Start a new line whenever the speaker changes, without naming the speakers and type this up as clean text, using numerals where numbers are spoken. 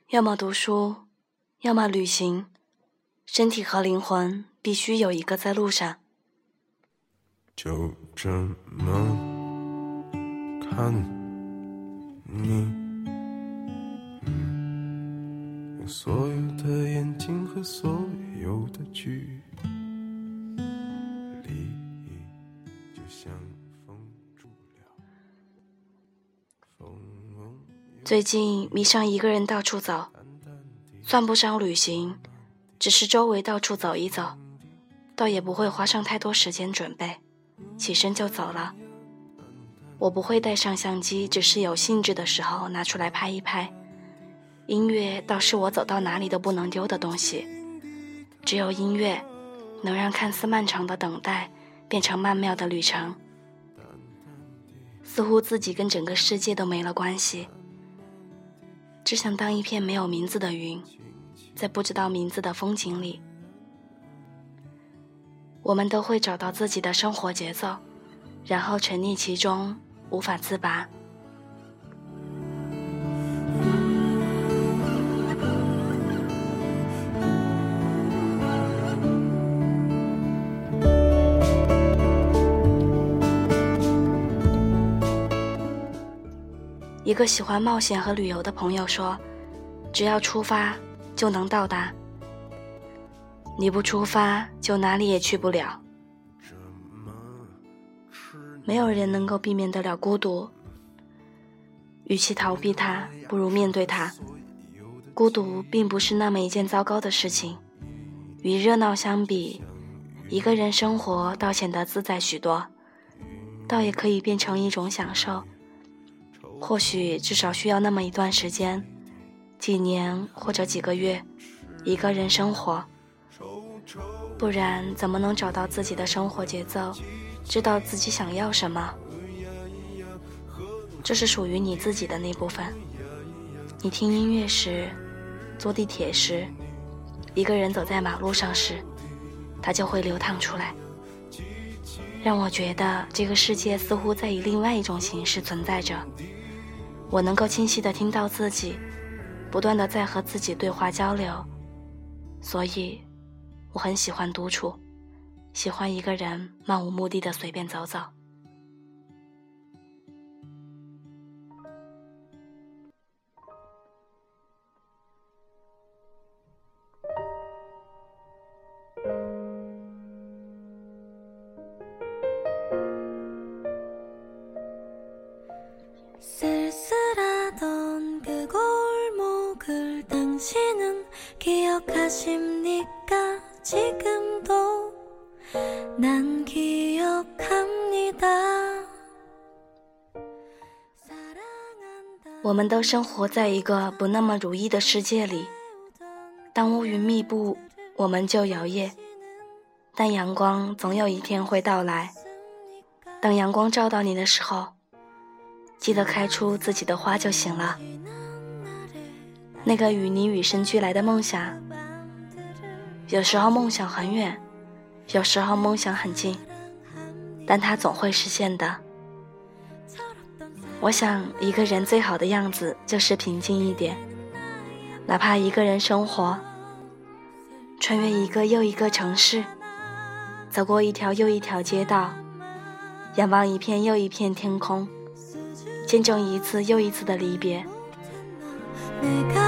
要么读书，要么旅行，身体和灵魂必须有一个在路上。
就这么看你，用所有的眼睛和所有的距离，就像封住了风。
最近迷上一个人到处走，算不上旅行，只是周围到处走一走，倒也不会花上太多时间准备，起身就走了。我不会带上相机，只是有兴致的时候拿出来拍一拍。音乐倒是我走到哪里都不能丢的东西，只有音乐能让看似漫长的等待变成曼妙的旅程。似乎自己跟整个世界都没了关系，只想当一片没有名字的云，在不知道名字的风景里。我们都会找到自己的生活节奏，然后沉溺其中，无法自拔。一个喜欢冒险和旅游的朋友说，只要出发就能到达，你不出发就哪里也去不了。没有人能够避免得了孤独，与其逃避它，不如面对它。孤独并不是那么一件糟糕的事情，与热闹相比，一个人生活倒显得自在许多，倒也可以变成一种享受。或许至少需要那么一段时间，几年或者几个月，一个人生活，不然怎么能找到自己的生活节奏，知道自己想要什么？这是属于你自己的那部分。你听音乐时，坐地铁时，一个人走在马路上时，它就会流淌出来，让我觉得这个世界似乎在以另外一种形式存在着。我能够清晰地听到自己，不断地在和自己对话交流，所以我很喜欢独处，喜欢一个人漫无目的地随便走走。我们都生活在一个不那么如意的世界里，当乌云密布，我们就摇曳，但阳光总有一天会到来。等阳光照到你的时候，记得开出自己的花就行了。那个与你与生俱来的梦想，有时候梦想很远，有时候梦想很近，但它总会实现的。我想一个人最好的样子就是平静一点，哪怕一个人生活，穿越一个又一个城市，走过一条又一条街道，仰望一片又一片天空，见证一次又一次的离别。